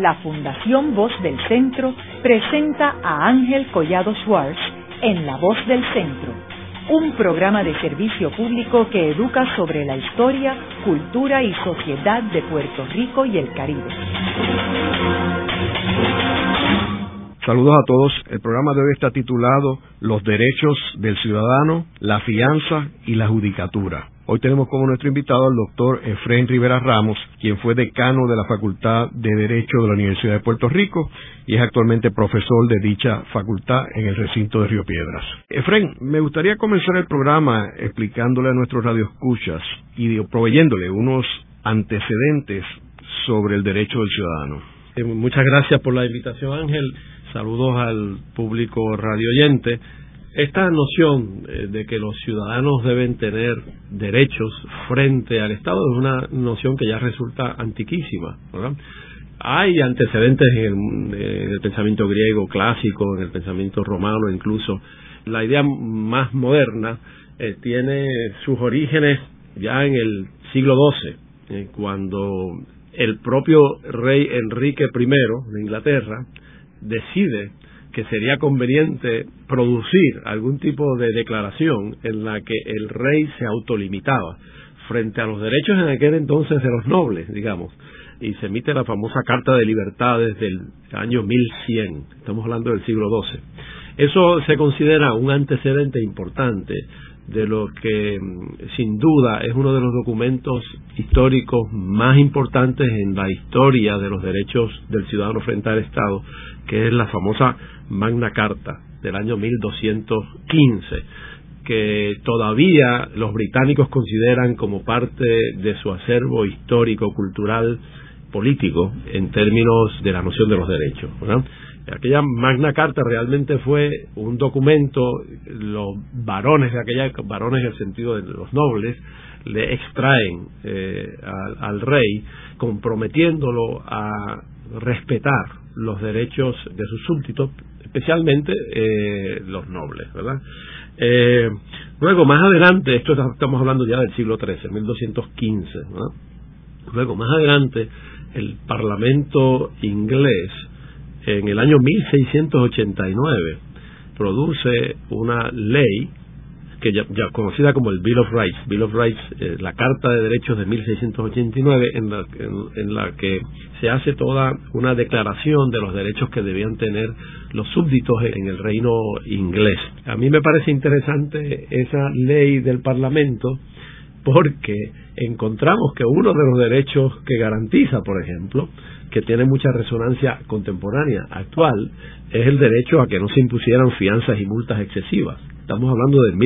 la Fundación Voz del Centro presenta a Ángel Collado Schwartz en La Voz del Centro, un programa de servicio público que educa sobre la historia, cultura y sociedad de Puerto Rico y el Caribe. Saludos a todos. El programa de hoy está titulado Los derechos del ciudadano, la fianza y la judicatura. Hoy tenemos como nuestro invitado al doctor Efraín Rivera Ramos, quien fue decano de la Facultad de Derecho de la Universidad de Puerto Rico y es actualmente profesor de dicha facultad en el recinto de Río Piedras. Efraín, me gustaría comenzar el programa explicándole a nuestros radioescuchas y proveyéndole unos antecedentes sobre el derecho del ciudadano. Muchas gracias por la invitación, Ángel. Saludos al público radioyente. Esta noción de que los ciudadanos deben tener derechos frente al Estado es una noción que ya resulta antiquísima, ¿verdad? Hay antecedentes en el pensamiento griego clásico, en el pensamiento romano incluso. La idea más moderna tiene sus orígenes ya en el siglo XII, cuando el propio rey Enrique I de Inglaterra decide que sería conveniente producir algún tipo de declaración en la que el rey se autolimitaba frente a los derechos en aquel entonces de los nobles, digamos, y se emite la famosa Carta de Libertades del año 1100, estamos hablando del siglo XII. Eso se considera un antecedente importante de lo que sin duda es uno de los documentos históricos más importantes en la historia de los derechos del ciudadano frente al Estado, que es la famosa Magna Carta del año 1215, que todavía los británicos consideran como parte de su acervo histórico, cultural, político, en términos de la noción de los derechos, ¿verdad? Aquella Magna Carta realmente fue un documento, los varones de aquella, varones en el sentido de los nobles, le extraen al rey, comprometiendo a respetar los derechos de sus súbditos, especialmente los nobles, ¿verdad? Luego, más adelante, esto estamos hablando ya del siglo XIII, 1215, ¿verdad? Luego, más adelante, el Parlamento inglés, en el año 1689, produce una ley que ya conocida como el Bill of Rights, la Carta de Derechos de 1689, en la que se hace toda una declaración de los derechos que debían tener los súbditos en el reino inglés. A mí me parece interesante esa ley del Parlamento porque encontramos que uno de los derechos que garantiza, por ejemplo, que tiene mucha resonancia contemporánea, actual, es el derecho a que no se impusieran fianzas y multas excesivas. Estamos hablando de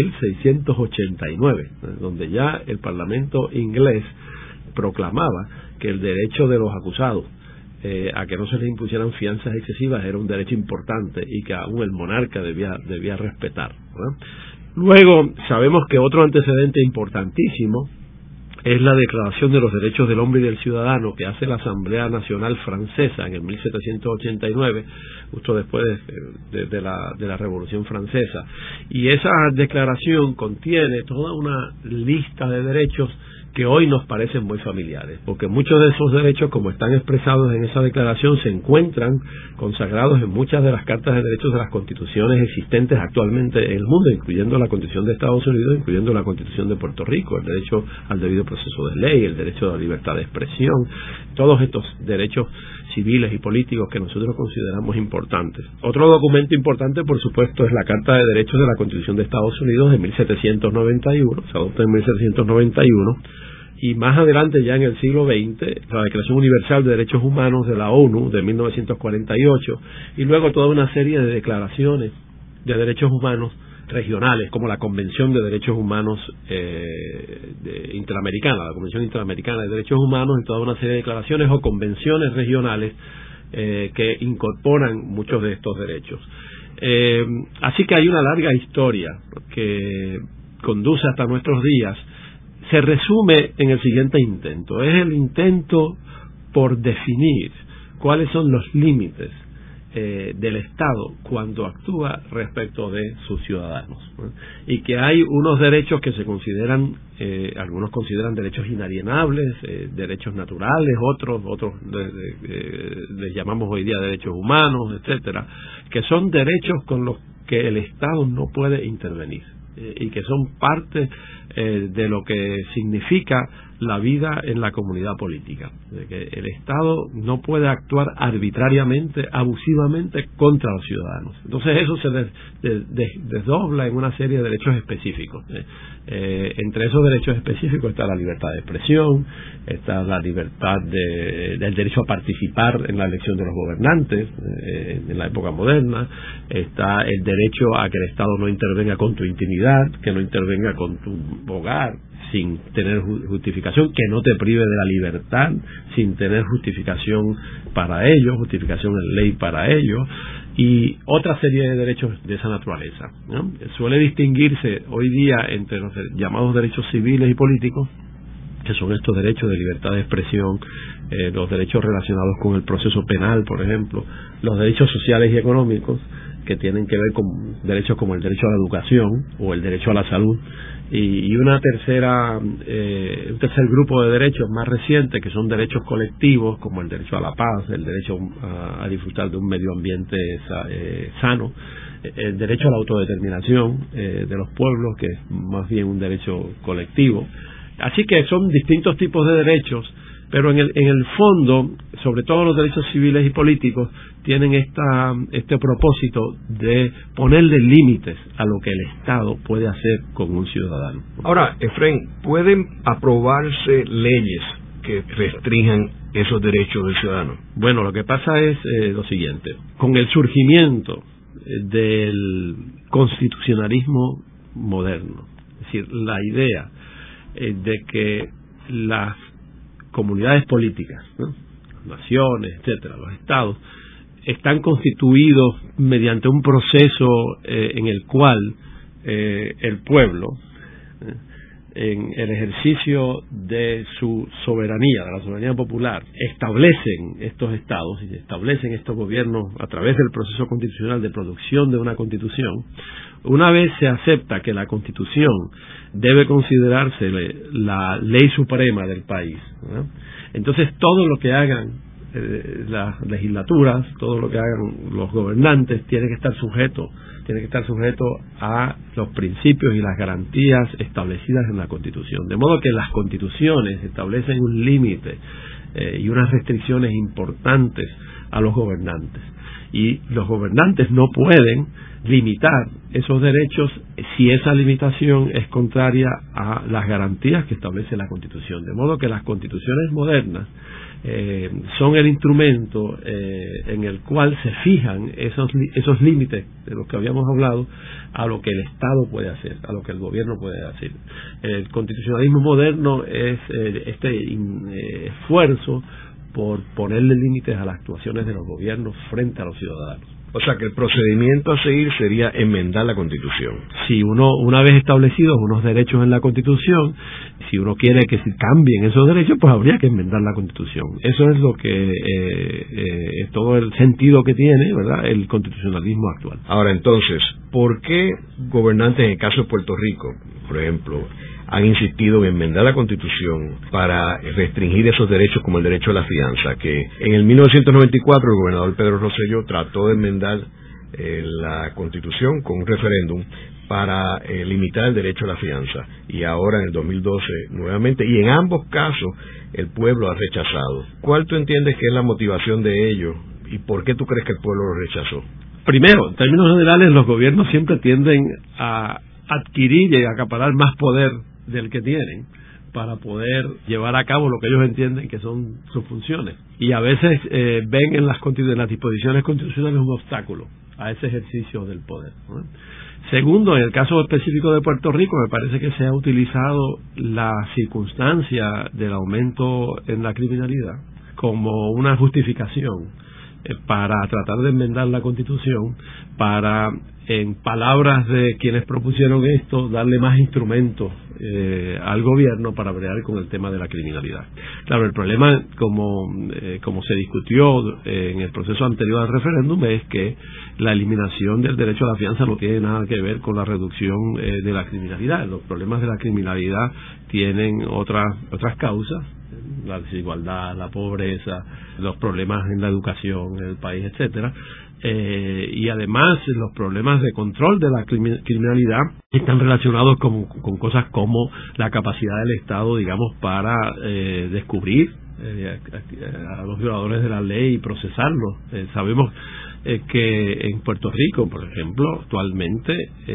1689, donde ya el Parlamento inglés proclamaba que el derecho de los acusados a que no se les impusieran fianzas excesivas era un derecho importante y que aún el monarca debía respetar, ¿verdad? Luego, sabemos que otro antecedente importantísimo es la Declaración de los Derechos del Hombre y del Ciudadano que hace la Asamblea Nacional Francesa en el 1789, justo después de la Revolución Francesa. Y esa declaración contiene toda una lista de derechos que hoy nos parecen muy familiares, porque muchos de esos derechos, como están expresados en esa declaración, se encuentran consagrados en muchas de las cartas de derechos de las constituciones existentes actualmente en el mundo, incluyendo la Constitución de Estados Unidos, incluyendo la Constitución de Puerto Rico, el derecho al debido proceso de ley, el derecho a la libertad de expresión, todos estos derechos civiles y políticos que nosotros consideramos importantes. Otro documento importante, por supuesto, es la Carta de Derechos de la Constitución de Estados Unidos de 1791, se adopta en 1791, y más adelante, ya en el siglo XX, la Declaración Universal de Derechos Humanos de la ONU de 1948, y luego toda una serie de declaraciones de derechos humanos regionales, como la Convención de Derechos Humanos Interamericana, la Convención Interamericana de Derechos Humanos, y toda una serie de declaraciones o convenciones regionales que incorporan muchos de estos derechos. Así que hay una larga historia que conduce hasta nuestros días. Se resume en el siguiente intento. Es el intento por definir cuáles son los límites del Estado cuando actúa respecto de sus ciudadanos, ¿no? Y que hay unos derechos que se consideran, algunos consideran derechos inalienables, derechos naturales, otros les llamamos hoy día derechos humanos, etcétera, que son derechos con los que el Estado no puede intervenir y que son parte de lo que significa la vida en la comunidad política, de que el Estado no puede actuar arbitrariamente, abusivamente contra los ciudadanos. Entonces eso se desdobla en una serie de derechos específicos. Entre esos derechos específicos está la libertad de expresión, está la libertad del derecho a participar en la elección de los gobernantes en la época moderna, está el derecho a que el Estado no intervenga con tu intimidad, que no intervenga con tu hogar sin tener justificación, que no te prive de la libertad sin tener justificación para ello, justificación en ley para ello, y otra serie de derechos de esa naturaleza, ¿no? Suele distinguirse hoy día entre los llamados derechos civiles y políticos, que son estos derechos de libertad de expresión, los derechos relacionados con el proceso penal, por ejemplo, los derechos sociales y económicos, que tienen que ver con derechos como el derecho a la educación o el derecho a la salud, y un tercer grupo de derechos más recientes, que son derechos colectivos, como el derecho a la paz, el derecho a disfrutar de un medio ambiente sano, el derecho a la autodeterminación de los pueblos, que es más bien un derecho colectivo. Así que son distintos tipos de derechos, pero en el fondo, sobre todo los derechos civiles y políticos, tienen este propósito de ponerle límites a lo que el Estado puede hacer con un ciudadano. Ahora, Efraín, ¿pueden aprobarse leyes que restrinjan esos derechos del ciudadano? Bueno, lo que pasa es lo siguiente. Con el surgimiento del constitucionalismo moderno, es decir, la idea de que las comunidades políticas, ¿no?, naciones, etcétera, los estados, están constituidos mediante un proceso en el cual el pueblo, en el ejercicio de su soberanía, de la soberanía popular, establecen estos estados y establecen estos gobiernos a través del proceso constitucional de producción de una constitución. Una vez se acepta que la constitución debe considerarse la ley suprema del país, ¿no?, entonces todo lo que hagan las legislaturas, todo lo que hagan los gobernantes tiene que estar sujeto a los principios y las garantías establecidas en la Constitución. De modo que las constituciones establecen un límite y unas restricciones importantes a los gobernantes. Y los gobernantes no pueden limitar esos derechos si esa limitación es contraria a las garantías que establece la Constitución. De modo que las constituciones modernas son el instrumento en el cual se fijan esos límites de los que habíamos hablado a lo que el Estado puede hacer, a lo que el gobierno puede hacer. El constitucionalismo moderno es este esfuerzo por ponerle límites a las actuaciones de los gobiernos frente a los ciudadanos. O sea que el procedimiento a seguir sería enmendar la Constitución. Si una vez establecidos unos derechos en la Constitución, si uno quiere que se cambien esos derechos, pues habría que enmendar la Constitución. Eso es lo que es todo el sentido que tiene, ¿verdad?, el constitucionalismo actual. Ahora entonces, ¿por qué gobernantes en el caso de Puerto Rico, por ejemplo, han insistido en enmendar la Constitución para restringir esos derechos como el derecho a la fianza? Que en el 1994 el gobernador Pedro Rosselló trató de enmendar la Constitución con un referéndum para limitar el derecho a la fianza, y ahora en el 2012 nuevamente, y en ambos casos el pueblo ha rechazado. ¿Cuál tú entiendes que es la motivación de ellos y por qué tú crees que el pueblo lo rechazó? Primero, en términos generales, los gobiernos siempre tienden a adquirir y acaparar más poder del que tienen para poder llevar a cabo lo que ellos entienden que son sus funciones, y a veces ven en las disposiciones constitucionales un obstáculo a ese ejercicio del poder, ¿no? Segundo, en el caso específico de Puerto Rico, me parece que se ha utilizado la circunstancia del aumento en la criminalidad como una justificación para tratar de enmendar la Constitución, para en palabras de quienes propusieron esto, darle más instrumentos al gobierno para bregar con el tema de la criminalidad. Claro, el problema, como se discutió en el proceso anterior al referéndum, es que la eliminación del derecho a la fianza no tiene nada que ver con la reducción de la criminalidad. Los problemas de la criminalidad tienen otras causas: la desigualdad, la pobreza, los problemas en la educación en el país, etcétera. Y además los problemas de control de la criminalidad están relacionados con cosas como la capacidad del Estado, digamos, para descubrir a los violadores de la ley y procesarlos. Sabemos que en Puerto Rico, por ejemplo, actualmente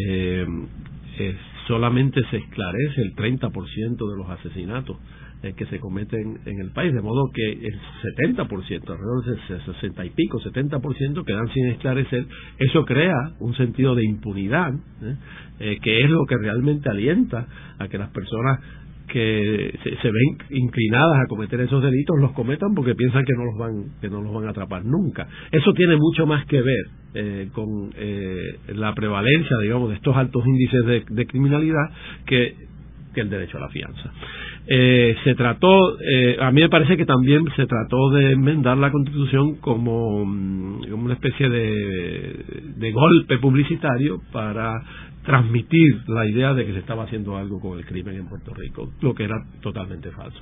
solamente se esclarece el 30% de los asesinatos que se cometen en el país, de modo que el 70%, alrededor de 60 y pico, 70% quedan sin esclarecer. Eso crea un sentido de impunidad, que es lo que realmente alienta a que las personas que se ven inclinadas a cometer esos delitos los cometan porque piensan que no los van a atrapar nunca. Eso tiene mucho más que ver con la prevalencia, digamos, de estos altos índices de criminalidad que el derecho a la fianza. Se trató, a mí me parece que también se trató de enmendar la Constitución como una especie de golpe publicitario para transmitir la idea de que se estaba haciendo algo con el crimen en Puerto Rico, lo que era totalmente falso.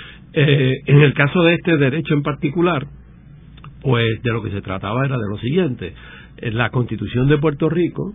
En el caso de este derecho en particular, pues de lo que se trataba era de lo siguiente: la Constitución de Puerto Rico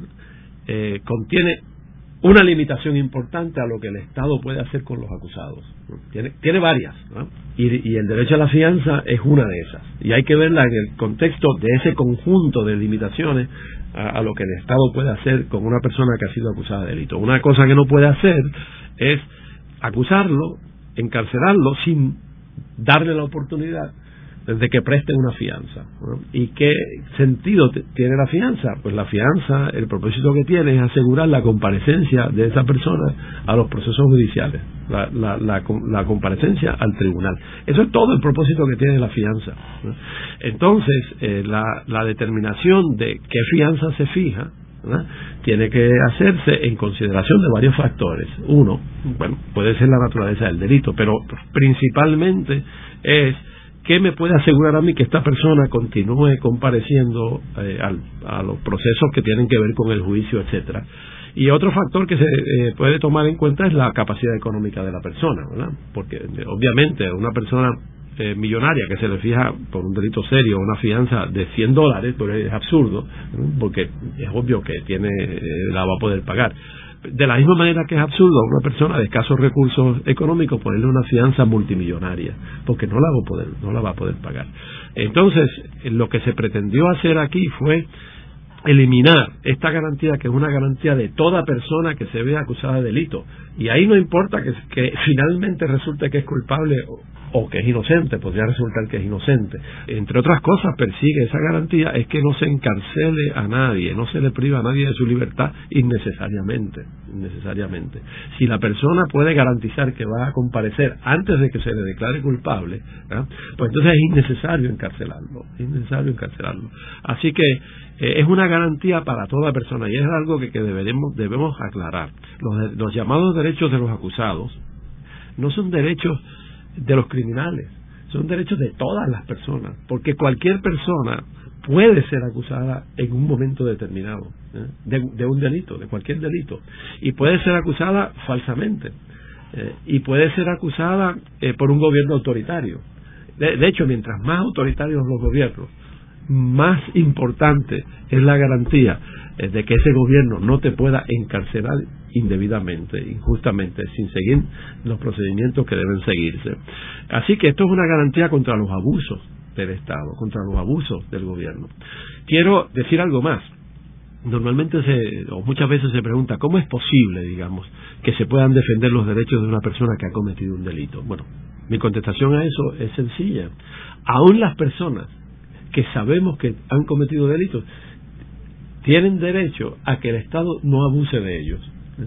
contiene una limitación importante a lo que el Estado puede hacer con los acusados. Tiene varias, ¿no? Y el derecho a la fianza es una de esas. Y hay que verla en el contexto de ese conjunto de limitaciones a lo que el Estado puede hacer con una persona que ha sido acusada de delito. Una cosa que no puede hacer es acusarlo, encarcelarlo sin darle la oportunidad de que preste una fianza, ¿no? ¿Y qué sentido tiene la fianza? Pues la fianza, el propósito que tiene es asegurar la comparecencia de esa persona a los procesos judiciales, la comparecencia al tribunal. Eso es todo el propósito que tiene la fianza, ¿no? Entonces, la determinación de qué fianza se fija, ¿no?, tiene que hacerse en consideración de varios factores. Uno, bueno, puede ser la naturaleza del delito, pero principalmente es ¿qué me puede asegurar a mí que esta persona continúe compareciendo a los procesos que tienen que ver con el juicio, etcétera? Y otro factor que se puede tomar en cuenta es la capacidad económica de la persona, ¿verdad? Porque obviamente una persona millonaria que se le fija por un delito serio una fianza de $100, pues es absurdo, ¿no?, porque es obvio que la va a poder pagar. De la misma manera que es absurdo a una persona de escasos recursos económicos ponerle una fianza multimillonaria, porque no la va a poder pagar. Entonces, lo que se pretendió hacer aquí fue eliminar esta garantía, que es una garantía de toda persona que se vea acusada de delito. Y ahí no importa que finalmente resulte que es culpable o que es inocente, podría resultar que es inocente. Entre otras cosas, persigue esa garantía es que no se encarcele a nadie, no se le priva a nadie de su libertad innecesariamente. Si la persona puede garantizar que va a comparecer antes de que se le declare culpable, ¿verdad?, pues entonces es innecesario encarcelarlo. Así que es una garantía para toda persona, y es algo que debemos aclarar. Los llamados derechos de los acusados no son derechos de los criminales, son derechos de todas las personas, porque cualquier persona puede ser acusada en un momento determinado de un delito, de cualquier delito, y puede ser acusada falsamente, y puede ser acusada por un gobierno autoritario. De hecho, mientras más autoritarios los gobiernos, más importante es la garantía de que ese gobierno no te pueda encarcelar indebidamente, injustamente, sin seguir los procedimientos que deben seguirse. Así que esto es una garantía contra los abusos del Estado, contra los abusos del gobierno. Quiero decir algo más. Normalmente o muchas veces se pregunta ¿cómo es posible, digamos, que se puedan defender los derechos de una persona que ha cometido un delito? Bueno, mi contestación a eso es sencilla. Aún las personas que sabemos que han cometido delitos tienen derecho a que el Estado no abuse de ellos.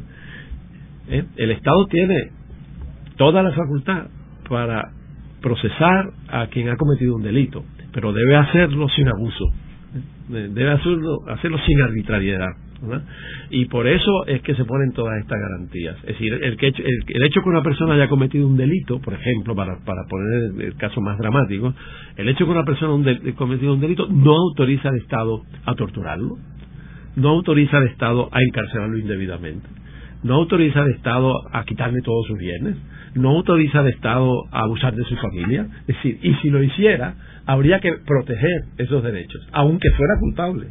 El Estado tiene toda la facultad para procesar a quien ha cometido un delito, pero debe hacerlo sin abuso. debe hacerlo sin arbitrariedad, ¿verdad? Y por eso es que se ponen todas estas garantías. Es decir, el hecho que una persona haya cometido un delito, por ejemplo, para poner el caso más dramático, el hecho que una persona haya cometido un delito no autoriza al Estado a torturarlo, no autoriza al Estado a encarcelarlo indebidamente, no autoriza al Estado a quitarle todos sus bienes, no autoriza al Estado a abusar de su familia. Es decir, y si lo hiciera, habría que proteger esos derechos, aunque fuera culpable.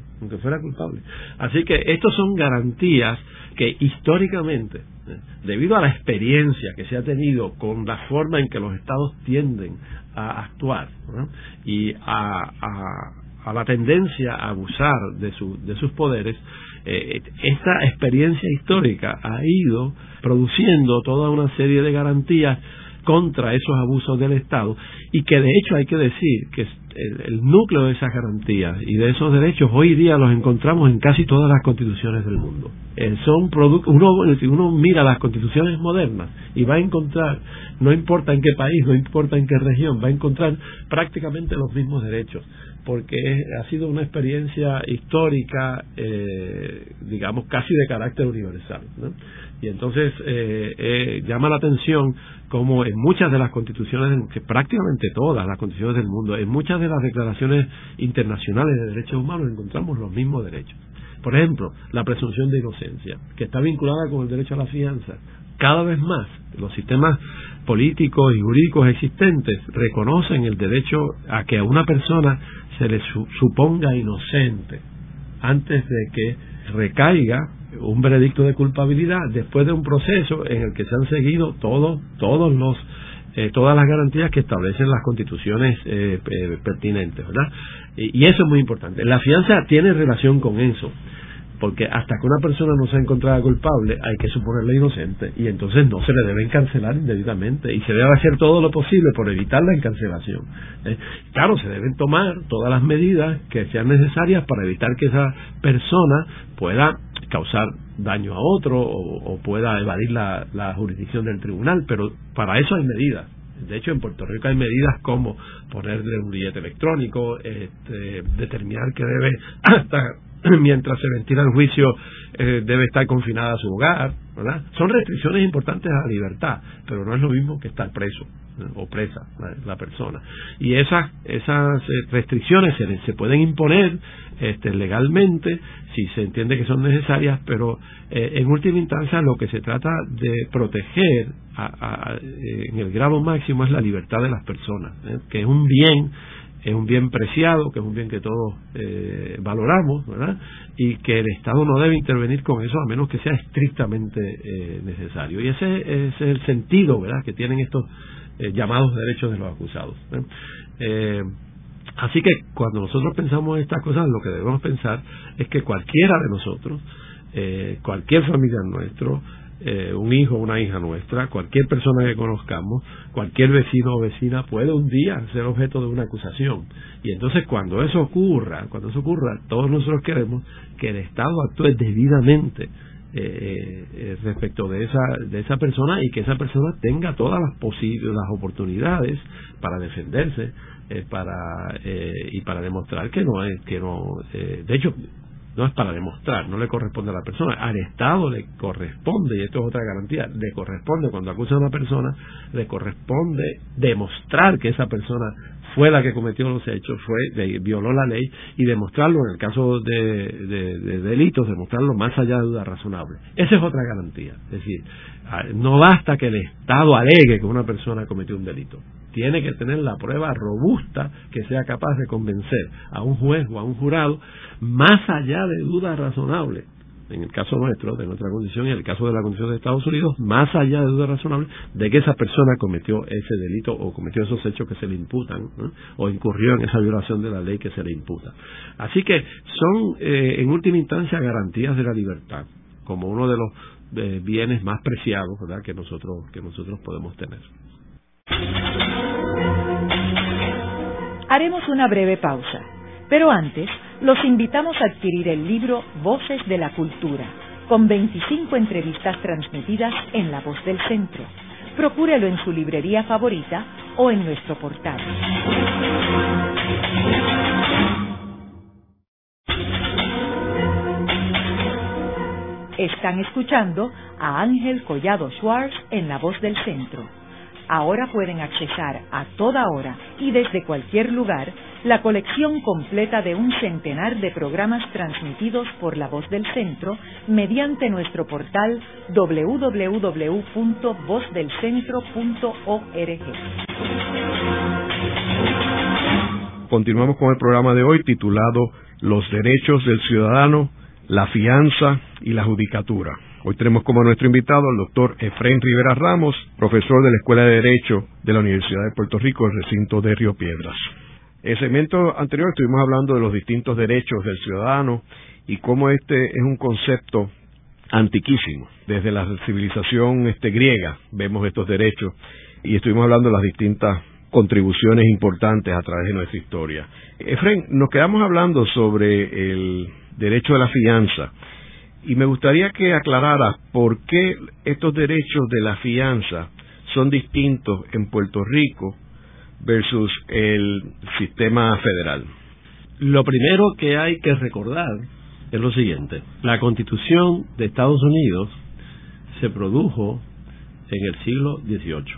Así que estos son garantías que históricamente, debido a la experiencia que se ha tenido con la forma en que los Estados tienden a actuar, ¿no?, y a la tendencia a abusar de sus poderes, esta experiencia histórica ha ido produciendo toda una serie de garantías contra esos abusos del Estado, y que de hecho hay que decir que el núcleo de esas garantías y de esos derechos hoy día los encontramos en casi todas las constituciones del mundo. Son uno mira las constituciones modernas y va a encontrar, no importa en qué país, no importa en qué región, va a encontrar prácticamente los mismos derechos, porque ha sido una experiencia histórica, digamos, casi de carácter universal, ¿no? Y entonces llama la atención como en muchas de las constituciones, que prácticamente todas las constituciones del mundo, en muchas de las declaraciones internacionales de derechos humanos encontramos los mismos derechos. Por ejemplo, la presunción de inocencia, que está vinculada con el derecho a la fianza. Cada vez más los sistemas políticos y jurídicos existentes reconocen el derecho a que a una persona se le suponga inocente antes de que recaiga un veredicto de culpabilidad, después de un proceso en el que se han seguido todas las garantías que establecen las constituciones pertinentes, ¿verdad? Y eso es muy importante. La fianza tiene relación con eso, porque hasta que una persona no sea encontrada culpable hay que suponerla inocente, y entonces no se le debe encarcelar indebidamente, y se debe hacer todo lo posible por evitar la encarcelación. Claro, se deben tomar todas las medidas que sean necesarias para evitar que esa persona pueda causar daño a otro o pueda evadir la jurisdicción del tribunal, pero para eso hay medidas. De hecho, en Puerto Rico hay medidas como ponerle un billete electrónico, determinar que debe, hasta mientras se ventila el juicio, debe estar confinada a su hogar, ¿verdad? Son restricciones importantes a la libertad, pero no es lo mismo que estar preso, ¿no?, o presa la persona. Y esas restricciones se pueden imponer legalmente si se entiende que son necesarias, pero en última instancia lo que se trata de proteger en el grado máximo es la libertad de las personas, que es un bien preciado, que es un bien que todos valoramos, ¿verdad? Y que el Estado no debe intervenir con eso a menos que sea estrictamente necesario. Y ese es el sentido, ¿verdad?, que tienen estos llamados derechos de los acusados, ¿no? Así que cuando nosotros pensamos en estas cosas, lo que debemos pensar es que cualquiera de nosotros, cualquier familiar nuestro, un hijo o una hija nuestra, cualquier persona que conozcamos, cualquier vecino o vecina puede un día ser objeto de una acusación. Y entonces cuando eso ocurra, todos nosotros queremos que el Estado actúe debidamente respecto de esa persona, y que esa persona tenga todas las oportunidades para defenderse, y para demostrar que de hecho no es para demostrar, no le corresponde a la persona, al Estado le corresponde, y esto es otra garantía, le corresponde, cuando acusa a una persona, le corresponde demostrar que esa persona fue la que cometió los hechos, violó la ley, y demostrarlo en el caso de delitos, demostrarlo más allá de duda razonable. Esa es otra garantía. Es decir, no basta que el Estado alegue que una persona cometió un delito, tiene que tener la prueba robusta que sea capaz de convencer a un juez o a un jurado, más allá de duda razonable, en el caso nuestro, de nuestra condición, y en el caso de la condición de Estados Unidos, más allá de duda razonable de que esa persona cometió ese delito o cometió esos hechos que se le imputan, ¿no?, o incurrió en esa violación de la ley que se le imputa. Así que son, en última instancia, garantías de la libertad, como uno de los bienes más preciados, ¿verdad?, que nosotros podemos tener. Haremos una breve pausa, pero antes los invitamos a adquirir el libro Voces de la Cultura, con 25 entrevistas transmitidas en La Voz del Centro. Procúrelo en su librería favorita o en nuestro portal. Están escuchando a Ángel Collado Schwartz en La Voz del Centro. Ahora pueden accesar a toda hora y desde cualquier lugar la colección completa de un centenar de programas transmitidos por La Voz del Centro mediante nuestro portal www.vozdelcentro.org. Continuamos con el programa de hoy titulado Los derechos del ciudadano, la fianza y la judicatura. Hoy tenemos como nuestro invitado al doctor Efrén Rivera Ramos, profesor de la Escuela de Derecho de la Universidad de Puerto Rico, el recinto de Río Piedras. En el segmento anterior estuvimos hablando de los distintos derechos del ciudadano y cómo este es un concepto antiquísimo. Desde la civilización griega vemos estos derechos y estuvimos hablando de las distintas contribuciones importantes a través de nuestra historia. Efrén, nos quedamos hablando sobre el derecho de la fianza y me gustaría que aclarara por qué estos derechos de la fianza son distintos en Puerto Rico versus el sistema federal. Lo primero que hay que recordar es lo siguiente: la Constitución de Estados Unidos se produjo en el siglo XVIII.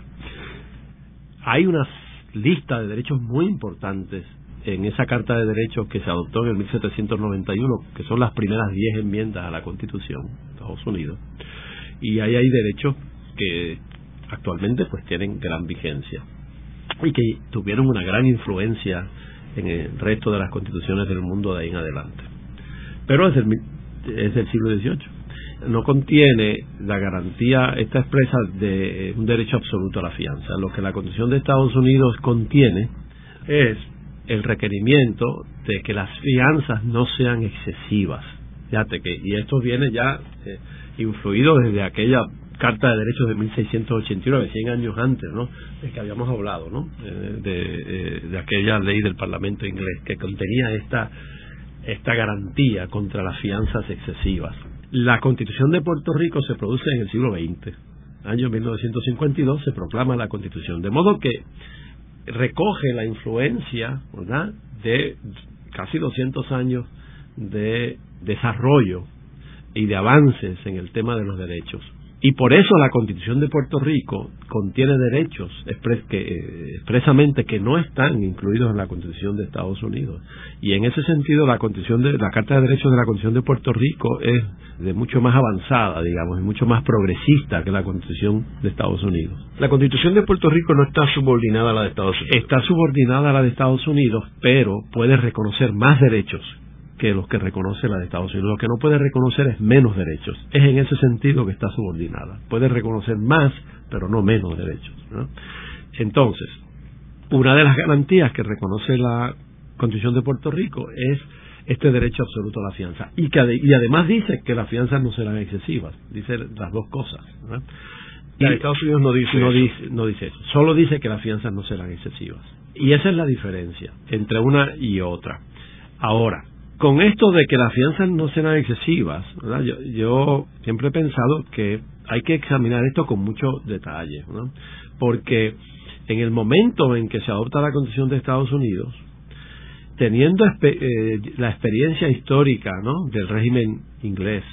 Hay una lista de derechos muy importantes en esa Carta de Derechos que se adoptó en el 1791, que son las primeras 10 enmiendas a la Constitución de Estados Unidos. Y ahí hay derechos que actualmente pues tienen gran vigencia y que tuvieron una gran influencia en el resto de las constituciones del mundo de ahí en adelante. Pero es del siglo XVIII. No contiene la garantía, esta expresa, de un derecho absoluto a la fianza. Lo que la Constitución de Estados Unidos contiene es el requerimiento de que las fianzas no sean excesivas. Fíjate que, y esto viene ya influido desde aquella Carta de Derechos de 1689, 100 años antes, ¿no?, de que habíamos hablado, ¿no?, de aquella ley del Parlamento inglés que contenía esta garantía contra las fianzas excesivas. La Constitución de Puerto Rico se produce en el siglo XX. Año 1952 se proclama la Constitución, de modo que recoge la influencia, ¿verdad?, de casi 200 años de desarrollo y de avances en el tema de los derechos. Y por eso la Constitución de Puerto Rico contiene derechos expresamente que no están incluidos en la Constitución de Estados Unidos. Y en ese sentido la Carta de Derechos de la Constitución de Puerto Rico es de mucho más avanzada, digamos, y mucho más progresista que la Constitución de Estados Unidos. La Constitución de Puerto Rico no está subordinada a la de Estados Unidos. Está subordinada a la de Estados Unidos, pero puede reconocer más derechos que los que reconoce la de Estados Unidos. Lo que no puede reconocer es menos derechos. Es en ese sentido que está subordinada. Puede reconocer más, pero no menos derechos, ¿no? Entonces, una de las garantías que reconoce la Constitución de Puerto Rico es este derecho absoluto a la fianza. Y además dice que las fianzas no serán excesivas. Dice las dos cosas, ¿no? Y en Estados Unidos no dice eso. Solo dice que las fianzas no serán excesivas. Y esa es la diferencia entre una y otra. Ahora, con esto de que las fianzas no serán excesivas, ¿verdad?, yo siempre he pensado que hay que examinar esto con mucho detalle, ¿no?, porque en el momento en que se adopta la Constitución de Estados Unidos, teniendo la experiencia histórica, ¿no?, del régimen inglés,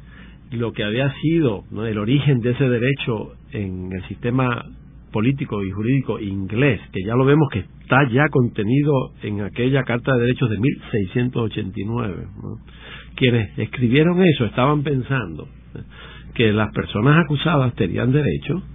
lo que había sido, ¿no?, el origen de ese derecho en el sistema político y jurídico inglés, que ya lo vemos que está ya contenido en aquella Carta de Derechos de 1689, ¿no? Quienes escribieron eso estaban pensando que las personas acusadas tenían derecho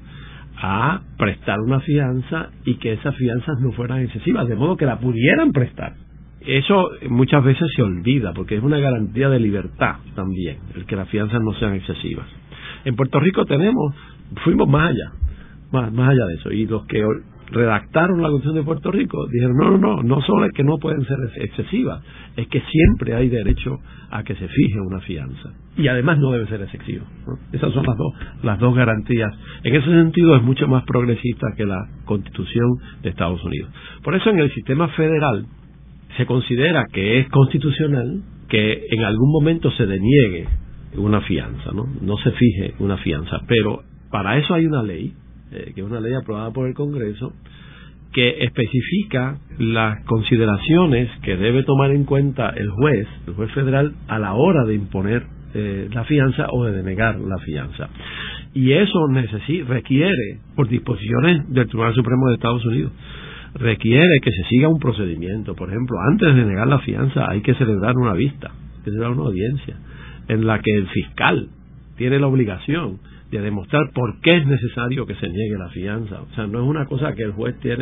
a prestar una fianza y que esas fianzas no fueran excesivas, de modo que la pudieran prestar. Eso muchas veces se olvida porque es una garantía de libertad también, el que las fianzas no sean excesivas. En Puerto Rico fuimos más allá de eso, y los que redactaron la Constitución de Puerto Rico dijeron no solo es que no pueden ser excesivas, es que siempre hay derecho a que se fije una fianza y además no debe ser excesivo, ¿no? Esas son las dos garantías. En ese sentido es mucho más progresista que la Constitución de Estados Unidos. Por eso en el sistema federal se considera que es constitucional que en algún momento se deniegue una fianza, no se fije una fianza, pero para eso hay una ley, que es una ley aprobada por el Congreso, que especifica las consideraciones que debe tomar en cuenta el juez federal a la hora de imponer la fianza o de denegar la fianza. Y eso requiere, por disposiciones del Tribunal Supremo de Estados Unidos, requiere que se siga un procedimiento. Por ejemplo, antes de denegar la fianza hay que celebrar una vista, hay que celebrar una audiencia en la que el fiscal tiene la obligación de demostrar por qué es necesario que se niegue la fianza. O sea, no es una cosa que el juez tiene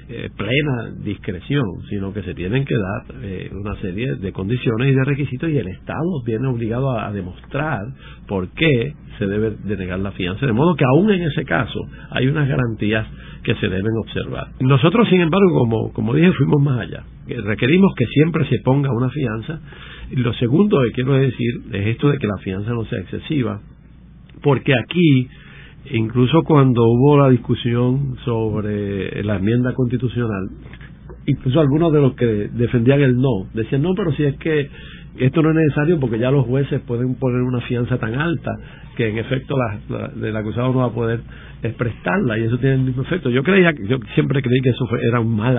plena discreción, sino que se tienen que dar una serie de condiciones y de requisitos, y el Estado viene obligado a demostrar por qué se debe denegar la fianza, de modo que aún en ese caso hay unas garantías que se deben observar. Nosotros, sin embargo, como dije, fuimos más allá. Requerimos que siempre se ponga una fianza. Y lo segundo que quiero decir es esto de que la fianza no sea excesiva, porque aquí, incluso cuando hubo la discusión sobre la enmienda constitucional, incluso algunos de los que defendían el no, decían no, pero si es que esto no es necesario porque ya los jueces pueden poner una fianza tan alta que en efecto el acusado no va a poder prestarla, y eso tiene el mismo efecto. Yo siempre creí que eso era un mal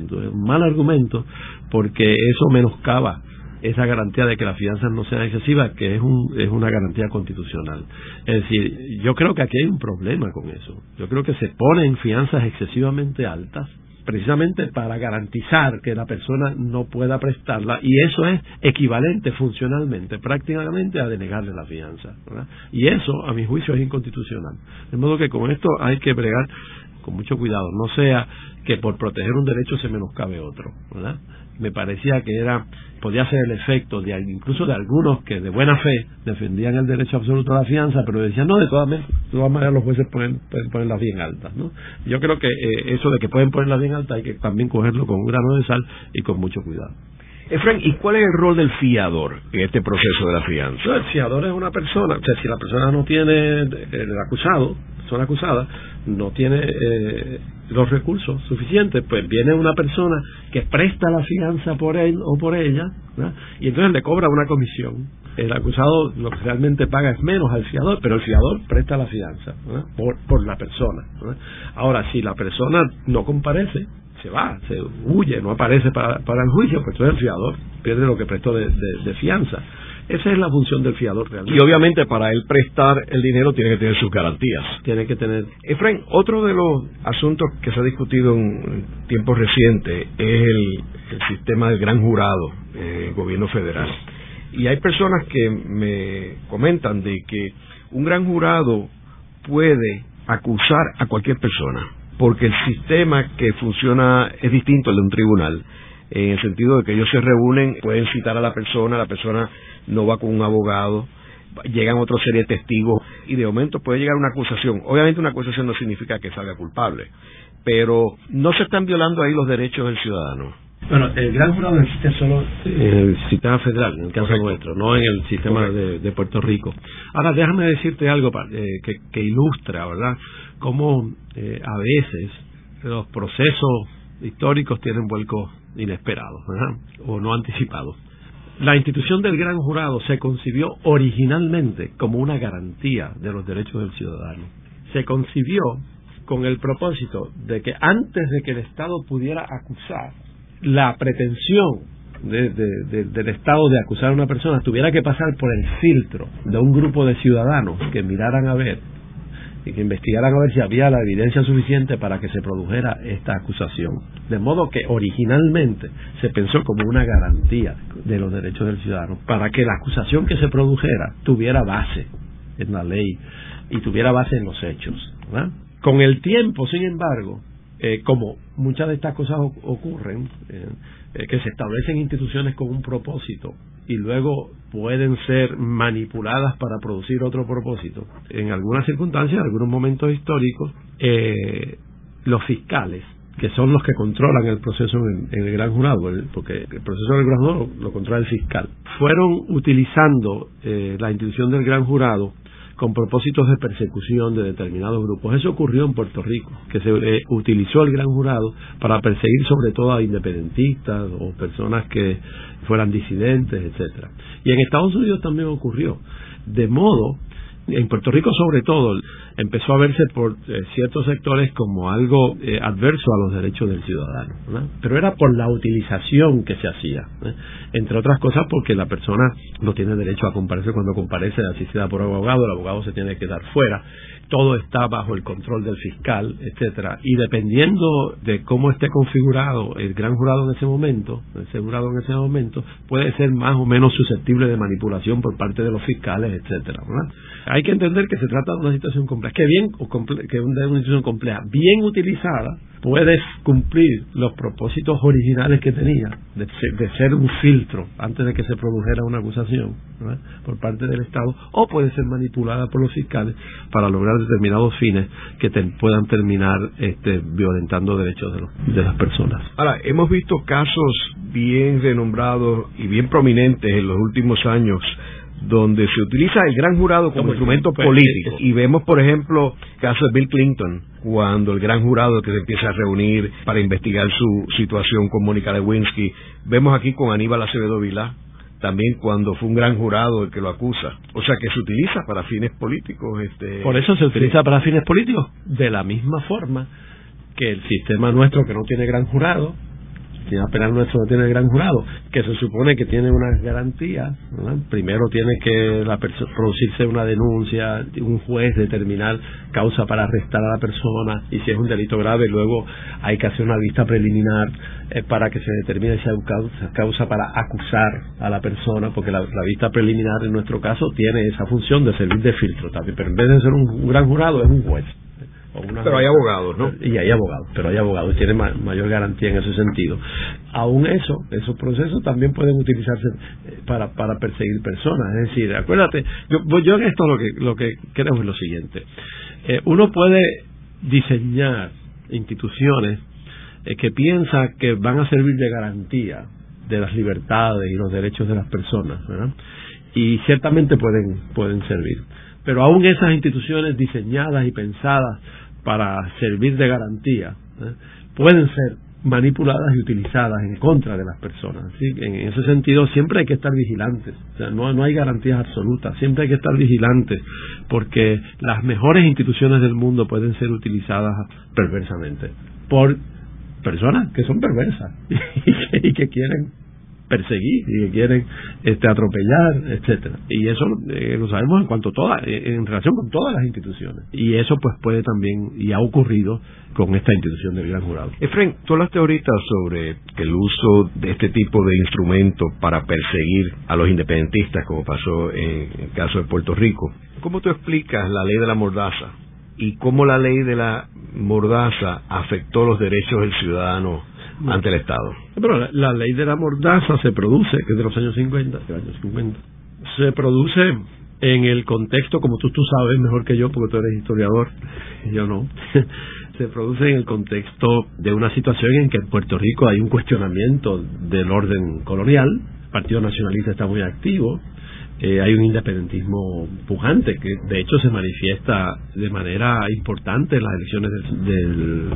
argumento, porque eso menoscaba esa garantía de que las fianzas no sean excesivas, que es una garantía constitucional. Es decir, yo creo que aquí hay un problema con eso. Yo creo que se ponen fianzas excesivamente altas precisamente para garantizar que la persona no pueda prestarla, y eso es equivalente funcionalmente, prácticamente, a denegarle la fianza, ¿verdad? Y eso, a mi juicio, es inconstitucional. De modo que con esto hay que bregar con mucho cuidado, no sea que por proteger un derecho se menoscabe otro, ¿verdad? Me parecía que podía ser el efecto incluso de algunos que de buena fe defendían el derecho absoluto a la fianza, pero decían no, de todas maneras los jueces pueden ponerlas bien altas, ¿no? Yo creo que eso de que pueden ponerlas bien altas hay que también cogerlo con un grano de sal y con mucho cuidado. Efraín, ¿y cuál es el rol del fiador en este proceso de la fianza? El fiador es una persona, o sea, si la persona no tiene, el acusado, persona acusada, no tiene los recursos suficientes, pues viene una persona que presta la fianza por él o por ella, ¿verdad? Y entonces le cobra una comisión. El acusado lo que realmente paga es menos al fiador, pero el fiador presta la fianza, ¿verdad? por la persona, ¿verdad? Ahora, si la persona no comparece, se huye, no aparece para el juicio, pues entonces el fiador pierde lo que prestó de fianza. Esa es la función del fiador realmente. Y obviamente para él prestar el dinero tiene que tener sus garantías. Tiene que tener. Efraín, otro de los asuntos que se ha discutido en tiempos recientes es el sistema del gran jurado del gobierno federal. Y hay personas que me comentan de que un gran jurado puede acusar a cualquier persona, porque el sistema que funciona es distinto al de un tribunal, en el sentido de que ellos se reúnen, pueden citar a la persona no va con un abogado, llegan otra serie de testigos, y de momento puede llegar una acusación. Obviamente una acusación no significa que salga culpable, pero no se están violando ahí los derechos del ciudadano. Bueno, el gran jurado existe solo en el sistema federal, en el caso nuestro, no en el sistema de Puerto Rico. Ahora, déjame decirte algo que ilustra, ¿verdad?, cómo a veces los procesos históricos tienen vuelcos inesperados, ¿verdad?, o no anticipados. La institución del gran jurado se concibió originalmente como una garantía de los derechos del ciudadano. Se concibió con el propósito de que antes de que el Estado pudiera acusar, la pretensión del Estado de acusar a una persona tuviera que pasar por el filtro de un grupo de ciudadanos que miraran a ver y que investigaran a ver si había la evidencia suficiente para que se produjera esta acusación. De modo que originalmente se pensó como una garantía de los derechos del ciudadano, para que la acusación que se produjera tuviera base en la ley y tuviera base en los hechos, ¿verdad? Con el tiempo, sin embargo, como muchas de estas cosas ocurren, que se establecen instituciones con un propósito y luego pueden ser manipuladas para producir otro propósito. En algunas circunstancias, en algunos momentos históricos, los fiscales, que son los que controlan el proceso en el gran jurado, porque el proceso del gran jurado lo controla el fiscal, fueron utilizando la institución del gran jurado con propósitos de persecución de determinados grupos. Eso ocurrió en Puerto Rico, que se utilizó el gran jurado para perseguir sobre todo a independentistas o personas que fueran disidentes, etcétera. Y en Estados Unidos también ocurrió. De modo, en Puerto Rico sobre todo, empezó a verse por ciertos sectores como algo adverso a los derechos del ciudadano, ¿verdad? Pero era por la utilización que se hacía, entre otras cosas porque la persona no tiene derecho a comparecer. Cuando comparece asistida por abogado, el abogado se tiene que quedar fuera, todo está bajo el control del fiscal, etcétera, y dependiendo de cómo esté configurado el gran jurado en ese momento, puede ser más o menos susceptible de manipulación por parte de los fiscales, etcétera, ¿verdad? Hay que entender que se trata de una situación compleja, que es una situación compleja, bien utilizada, puede cumplir los propósitos originales que tenía, de ser un filtro antes de que se produjera una acusación, ¿verdad?, por parte del Estado, o puede ser manipulada por los fiscales para lograr determinados fines que puedan terminar violentando derechos de las personas. Ahora, hemos visto casos bien renombrados y bien prominentes en los últimos años donde se utiliza el gran jurado como instrumento político. Y vemos, por ejemplo, el caso de Bill Clinton, cuando el gran jurado que se empieza a reunir para investigar su situación con Mónica Lewinsky. Vemos aquí con Aníbal Acevedo Vilá, también cuando fue un gran jurado el que lo acusa. O sea, que se utiliza para fines políticos. Por eso se utiliza para fines políticos, de la misma forma que el sistema nuestro, que no tiene gran jurado, el sistema penal nuestro no tiene gran jurado, que se supone que tiene unas garantías, ¿verdad? Primero tiene que producirse una denuncia, un juez determinar causa para arrestar a la persona, y si es un delito grave, luego hay que hacer una vista preliminar para que se determine si hay causa para acusar a la persona, porque la vista preliminar en nuestro caso tiene esa función de servir de filtro también, pero en vez de ser un gran jurado es un juez. Pero hay abogados, ¿no? Y hay abogados, pero hay abogados, tienen mayor garantía en ese sentido. Aún esos procesos también pueden utilizarse para perseguir personas. Es decir, acuérdate, yo en esto lo que creo es lo siguiente. Uno puede diseñar instituciones que piensa que van a servir de garantía de las libertades y los derechos de las personas, ¿verdad? Y ciertamente pueden servir. Pero aún esas instituciones diseñadas y pensadas para servir de garantía, pueden ser manipuladas y utilizadas en contra de las personas. ¿Sí? En ese sentido siempre hay que estar vigilantes. O sea, no hay garantías absolutas, siempre hay que estar vigilantes, porque las mejores instituciones del mundo pueden ser utilizadas perversamente por personas que son perversas y que quieren perseguir y que quieren atropellar, etcétera. Y eso lo sabemos en relación con todas las instituciones. Y eso pues puede también, y ha ocurrido con esta institución del gran jurado. Efraín, tú hablaste ahorita sobre el uso de este tipo de instrumentos para perseguir a los independentistas, como pasó en el caso de Puerto Rico. ¿Cómo tú explicas la ley de la mordaza y cómo la ley de la mordaza afectó los derechos del ciudadano ante el Estado? Pero la ley de la mordaza se produce, que es de los años 50, se produce en el contexto, como tú sabes mejor que yo, porque tú eres historiador, y yo no, se produce en el contexto de una situación en que en Puerto Rico hay un cuestionamiento del orden colonial, el Partido Nacionalista está muy activo, hay un independentismo pujante que de hecho se manifiesta de manera importante en las elecciones del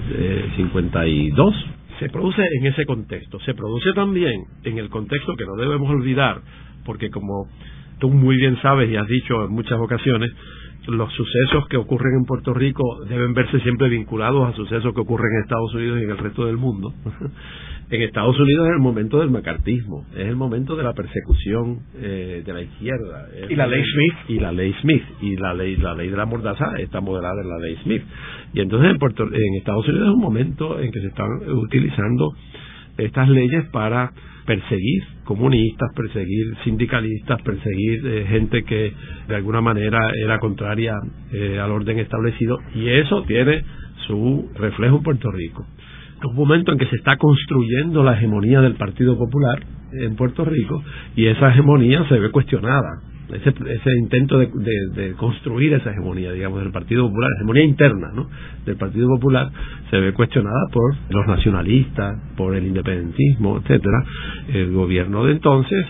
52. Se produce en ese contexto. Se produce también en el contexto que no debemos olvidar, porque como tú muy bien sabes y has dicho en muchas ocasiones, los sucesos que ocurren en Puerto Rico deben verse siempre vinculados a sucesos que ocurren en Estados Unidos y en el resto del mundo. En Estados Unidos es el momento del macartismo, es el momento de la persecución de la izquierda. Y la ley Smith. Y la ley Smith. Y la ley de la mordaza está modelada en la ley Smith. Y entonces en Estados Unidos es un momento en que se están utilizando estas leyes para perseguir comunistas, perseguir sindicalistas, perseguir gente que de alguna manera era contraria al orden establecido, y eso tiene su reflejo en Puerto Rico. Es un momento en que se está construyendo la hegemonía del Partido Popular en Puerto Rico, y esa hegemonía se ve cuestionada. Ese intento de construir esa hegemonía, digamos, del Partido Popular, hegemonía interna, ¿no?, del Partido Popular, se ve cuestionada por los nacionalistas, por el independentismo, etcétera. El gobierno de entonces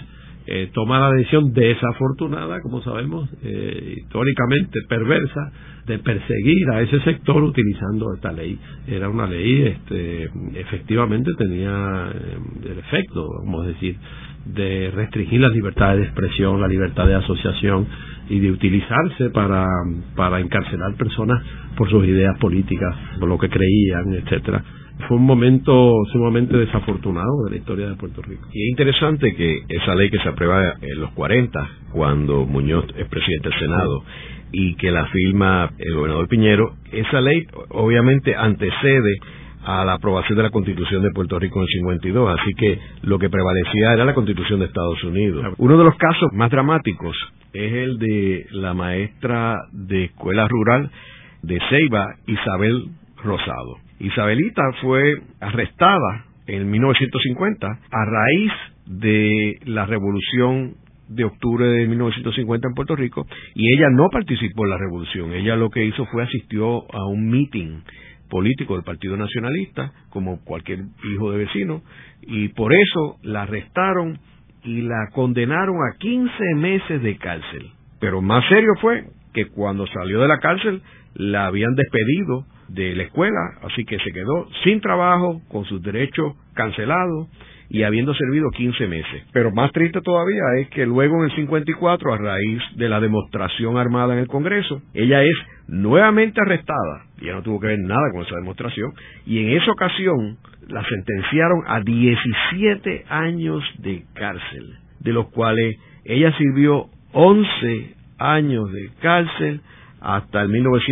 toma la decisión desafortunada, como sabemos, históricamente perversa, de perseguir a ese sector utilizando esta ley. Era una ley, efectivamente tenía el efecto, vamos a decir, de restringir la libertad de expresión, la libertad de asociación y de utilizarse para encarcelar personas por sus ideas políticas, por lo que creían, etcétera. Fue un momento sumamente desafortunado de la historia de Puerto Rico. Y es interesante que esa ley que se aprueba en los 40, cuando Muñoz es presidente del Senado, y que la firma el gobernador Piñero, esa ley obviamente antecede a la aprobación de la Constitución de Puerto Rico en el 52, así que lo que prevalecía era la Constitución de Estados Unidos. Uno de los casos más dramáticos es el de la maestra de escuela rural de Ceiba, Isabel Rosado. Isabelita fue arrestada en 1950 a raíz de la Revolución de octubre de 1950 en Puerto Rico, y ella no participó en la revolución. Ella lo que hizo fue asistió a un meeting político del Partido Nacionalista, como cualquier hijo de vecino, y por eso la arrestaron y la condenaron a 15 meses de cárcel. Pero más serio fue que cuando salió de la cárcel la habían despedido de la escuela, así que se quedó sin trabajo, con sus derechos cancelados y habiendo servido 15 meses. Pero más triste todavía es que luego en el 54, a raíz de la demostración armada en el Congreso, ella es nuevamente arrestada. Ya no tuvo que ver nada con esa demostración, y en esa ocasión la sentenciaron a 17 años de cárcel, de los cuales ella sirvió 11 años de cárcel hasta el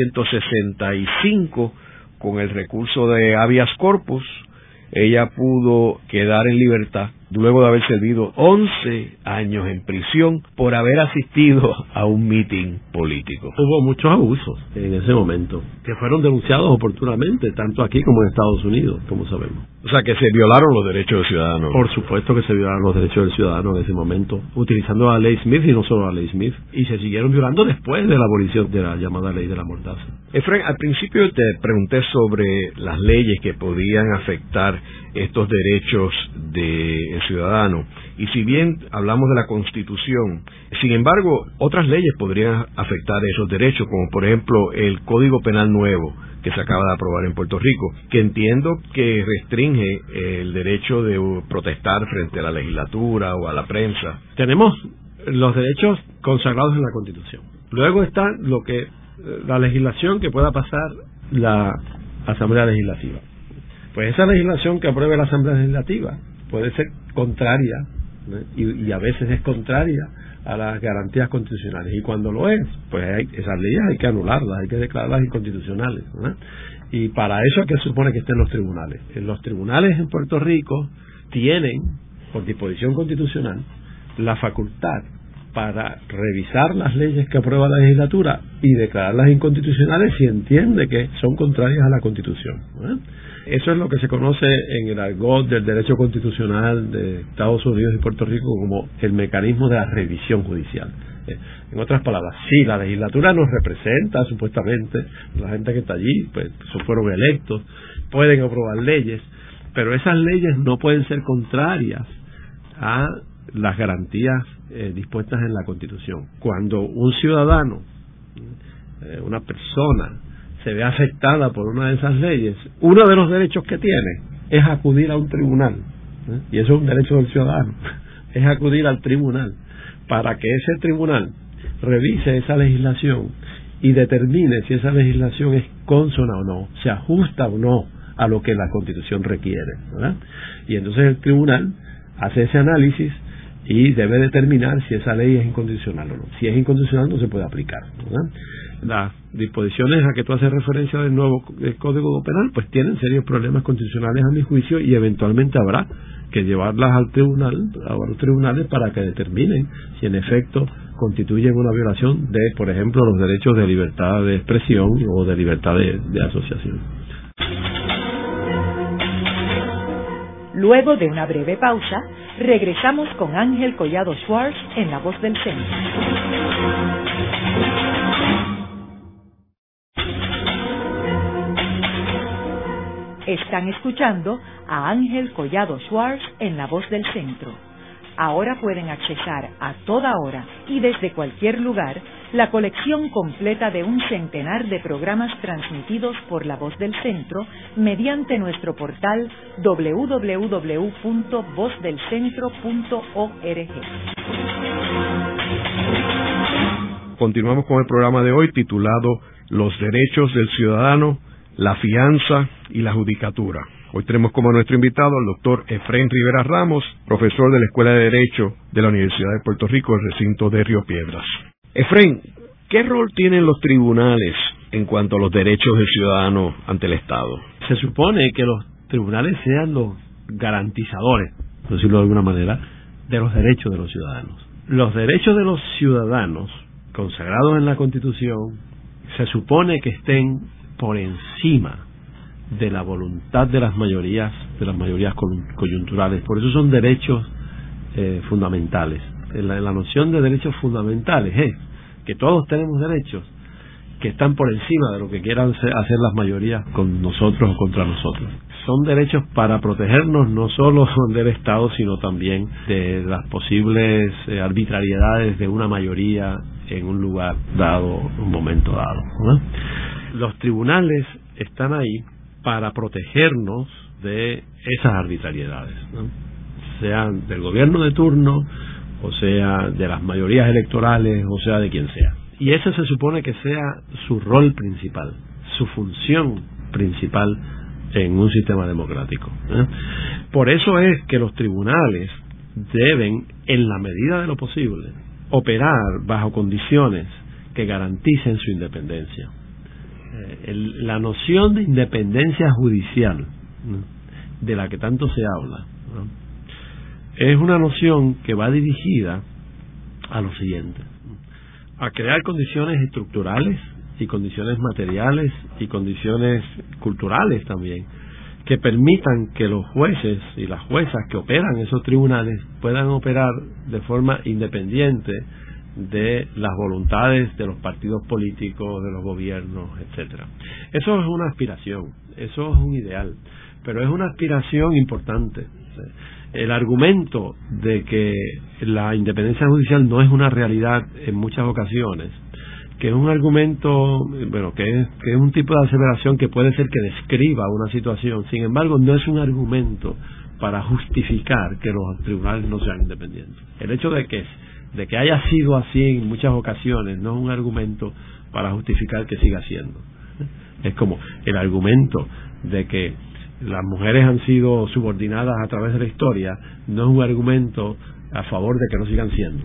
1965, con el recurso de habeas corpus. Ella pudo quedar en libertad luego de haber servido 11 años en prisión por haber asistido a un mitin político. Hubo muchos abusos en ese momento, que fueron denunciados oportunamente, tanto aquí como en Estados Unidos, como sabemos. O sea, que se violaron los derechos del ciudadano. Por supuesto que se violaron los derechos del ciudadano en ese momento, utilizando la ley Smith, y no solo la ley Smith, y se siguieron violando después de la abolición de la llamada ley de la mordaza. Efraín, al principio te pregunté sobre las leyes que podían afectar estos derechos del ciudadano, y si bien hablamos de la Constitución, sin embargo, otras leyes podrían afectar esos derechos, como por ejemplo el Código Penal nuevo que se acaba de aprobar en Puerto Rico, que entiendo que restringe el derecho de protestar frente a la legislatura o a la prensa. Tenemos los derechos consagrados en la Constitución. Luego está la legislación que pueda pasar la Asamblea Legislativa. Pues esa legislación que apruebe la Asamblea Legislativa puede ser contraria, ¿no? y a veces es contraria a las garantías constitucionales, y cuando lo es, pues esas leyes hay que anularlas, hay que declararlas inconstitucionales, ¿no? Y para eso es que se supone que estén los tribunales. Los tribunales en Puerto Rico tienen, por disposición constitucional, la facultad para revisar las leyes que aprueba la legislatura y declararlas inconstitucionales si entiende que son contrarias a la Constitución, ¿no? Eso es lo que se conoce en el argot del derecho constitucional de Estados Unidos y Puerto Rico como el mecanismo de la revisión judicial. En otras palabras, sí, la legislatura nos representa supuestamente, la gente que está allí, pues fueron electos, pueden aprobar leyes, pero esas leyes no pueden ser contrarias a las garantías dispuestas en la Constitución. Cuando un ciudadano, una persona, se ve afectada por una de esas leyes, uno de los derechos que tiene es acudir a un tribunal, y eso es un derecho del ciudadano, es acudir al tribunal para que ese tribunal revise esa legislación y determine si esa legislación es consona o no, se ajusta o no a lo que la Constitución requiere, ¿verdad? Y entonces el tribunal hace ese análisis y debe determinar si esa ley es inconstitucional o no. Si es inconstitucional, no se puede aplicar, ¿verdad? Las disposiciones a que tú haces referencia del nuevo Código Penal pues tienen serios problemas constitucionales a mi juicio, y eventualmente habrá que llevarlas al tribunal, a los tribunales, para que determinen si en efecto constituyen una violación de, por ejemplo, los derechos de libertad de expresión o de libertad de asociación. Luego de una breve pausa, regresamos con Ángel Collado Schwartz en La Voz del Centro. Están escuchando a Ángel Collado Schwartz en La Voz del Centro. Ahora pueden accesar a toda hora y desde cualquier lugar la colección completa de un centenar de programas transmitidos por La Voz del Centro mediante nuestro portal www.vozdelcentro.org. Continuamos con el programa de hoy titulado Los derechos del ciudadano, la fianza y la judicatura. Hoy tenemos como nuestro invitado al doctor Efrén Rivera Ramos, profesor de la Escuela de Derecho de la Universidad de Puerto Rico, el recinto de Río Piedras. Efrén, ¿qué rol tienen los tribunales en cuanto a los derechos del ciudadano ante el Estado? Se supone que los tribunales sean los garantizadores, por decirlo de alguna manera, de los derechos de los ciudadanos. Los derechos de los ciudadanos, consagrados en la Constitución, se supone que estén por encima de la voluntad de las mayorías coyunturales. Por eso son derechos fundamentales. La noción de derechos fundamentales es que todos tenemos derechos que están por encima de lo que quieran hacer las mayorías con nosotros o contra nosotros. Son derechos para protegernos no solo del Estado, sino también de las posibles arbitrariedades de una mayoría en un lugar dado, un momento dado, ¿no? Los tribunales están ahí para protegernos de esas arbitrariedades, ¿no? Sean del gobierno de turno, o sea de las mayorías electorales, o sea de quien sea. Y ese se supone que sea su rol principal, su función principal en un sistema democrático, ¿eh? Por eso es que los tribunales deben, en la medida de lo posible, operar bajo condiciones que garanticen su independencia. La noción de independencia judicial, ¿no?, de la que tanto se habla, ¿no?, es una noción que va dirigida a lo siguiente: a crear condiciones estructurales y condiciones materiales y condiciones culturales también que permitan que los jueces y las juezas que operan esos tribunales puedan operar de forma independiente de las voluntades de los partidos políticos, de los gobiernos, etcétera. Eso es una aspiración, eso es un ideal, pero es una aspiración importante. El argumento de que la independencia judicial no es una realidad en muchas ocasiones, que es un argumento, bueno, que es un tipo de aseveración que puede ser que describa una situación, sin embargo no es un argumento para justificar que los tribunales no sean independientes. El hecho de que haya sido así en muchas ocasiones no es un argumento para justificar que siga siendo. Es como el argumento de que las mujeres han sido subordinadas a través de la historia, no es un argumento a favor de que no sigan siendo.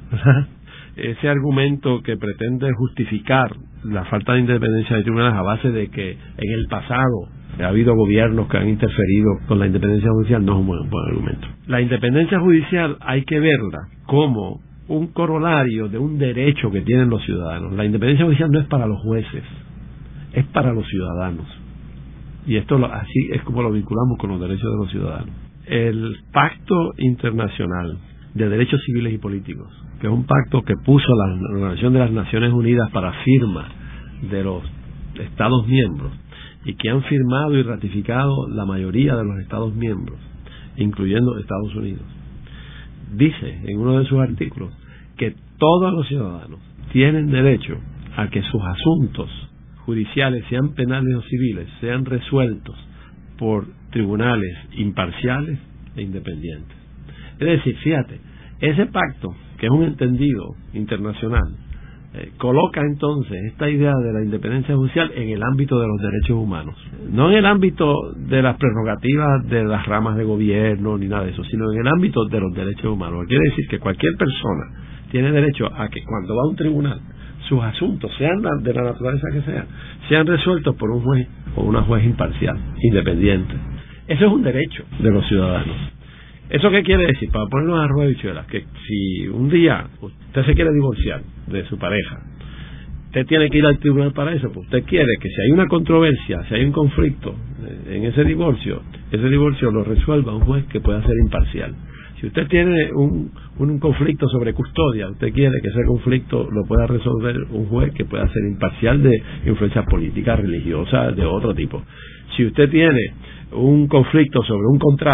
Ese argumento que pretende justificar la falta de independencia de tribunales a base de que en el pasado ha habido gobiernos que han interferido con la independencia judicial no es un buen argumento. La independencia judicial hay que verla como un corolario de un derecho que tienen los ciudadanos. La independencia judicial no es para los jueces, es para los ciudadanos. Y esto así es como lo vinculamos con los derechos de los ciudadanos. El Pacto Internacional de Derechos Civiles y Políticos, que es un pacto que puso la Organización de las Naciones Unidas para firma de los Estados miembros y que han firmado y ratificado la mayoría de los Estados miembros, incluyendo Estados Unidos, dice en uno de sus artículos que todos los ciudadanos tienen derecho a que sus asuntos judiciales, sean penales o civiles, sean resueltos por tribunales imparciales e independientes. Es decir, fíjate, ese pacto, que es un entendido internacional, coloca entonces esta idea de la independencia judicial en el ámbito de los derechos humanos, no en el ámbito de las prerrogativas de las ramas de gobierno ni nada de eso, sino en el ámbito de los derechos humanos. Quiere decir que cualquier persona tiene derecho a que cuando va a un tribunal sus asuntos, sean de la naturaleza que sean resueltos por un juez o una juez imparcial, independiente. Eso es un derecho de los ciudadanos. ¿Eso qué quiere decir? Para ponernos a rueda de bichuelas, que si un día usted se quiere divorciar de su pareja, usted tiene que ir al tribunal para eso, pues usted quiere que si hay una controversia, si hay un conflicto en ese divorcio lo resuelva un juez que pueda ser imparcial. Si usted tiene un conflicto sobre custodia, usted quiere que ese conflicto lo pueda resolver un juez que pueda ser imparcial de influencia política, religiosa, de otro tipo. Si usted tiene un conflicto sobre un contrato,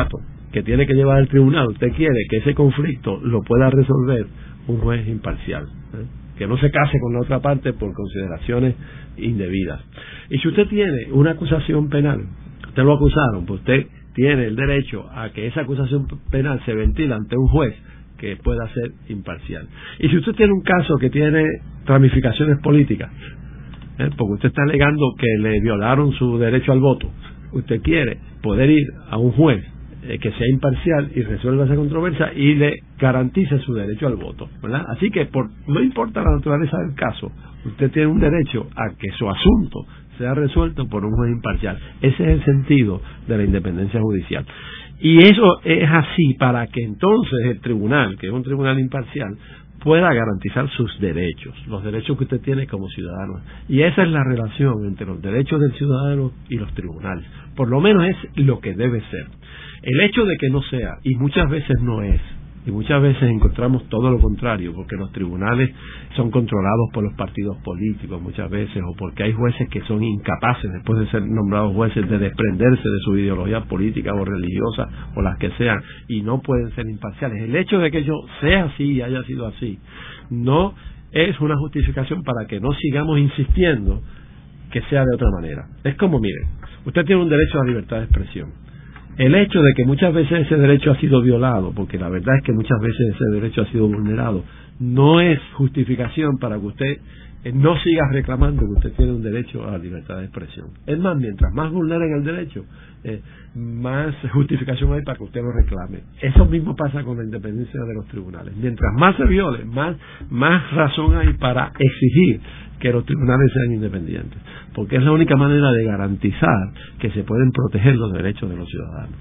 que tiene que llevar el tribunal, usted quiere que ese conflicto lo pueda resolver un juez imparcial, que no se case con la otra parte por consideraciones indebidas. Y si usted tiene una acusación penal, usted lo acusaron, pues usted tiene el derecho a que esa acusación penal se ventile ante un juez que pueda ser imparcial. Y si usted tiene un caso que tiene ramificaciones políticas, porque usted está alegando que le violaron su derecho al voto, usted quiere poder ir a un juez que sea imparcial y resuelva esa controversia y le garantice su derecho al voto, ¿verdad? Así que no importa la naturaleza del caso, usted tiene un derecho a que su asunto sea resuelto por un juez imparcial. Ese es el sentido de la independencia judicial. Y eso es así para que entonces el tribunal, que es un tribunal imparcial, pueda garantizar sus derechos, los derechos que usted tiene como ciudadano. Y esa es la relación entre los derechos del ciudadano y los tribunales. Por lo menos es lo que debe ser. El hecho de que no sea, y muchas veces no es, y muchas veces encontramos todo lo contrario, porque los tribunales son controlados por los partidos políticos muchas veces, o porque hay jueces que son incapaces, después de ser nombrados jueces, de desprenderse de su ideología política o religiosa, o las que sean, y no pueden ser imparciales. El hecho de que yo sea así y haya sido así, no es una justificación para que no sigamos insistiendo que sea de otra manera. Es como, mire, usted tiene un derecho a la libertad de expresión. El hecho de que muchas veces ese derecho ha sido violado, porque la verdad es que muchas veces ese derecho ha sido vulnerado, no es justificación para que usted no siga reclamando que usted tiene un derecho a la libertad de expresión. Es más, mientras más vulneren el derecho, más justificación hay para que usted lo reclame. Eso mismo pasa con la independencia de los tribunales. Mientras más se viole, más razón hay para exigir que los tribunales sean independientes, porque es la única manera de garantizar que se pueden proteger los derechos de los ciudadanos.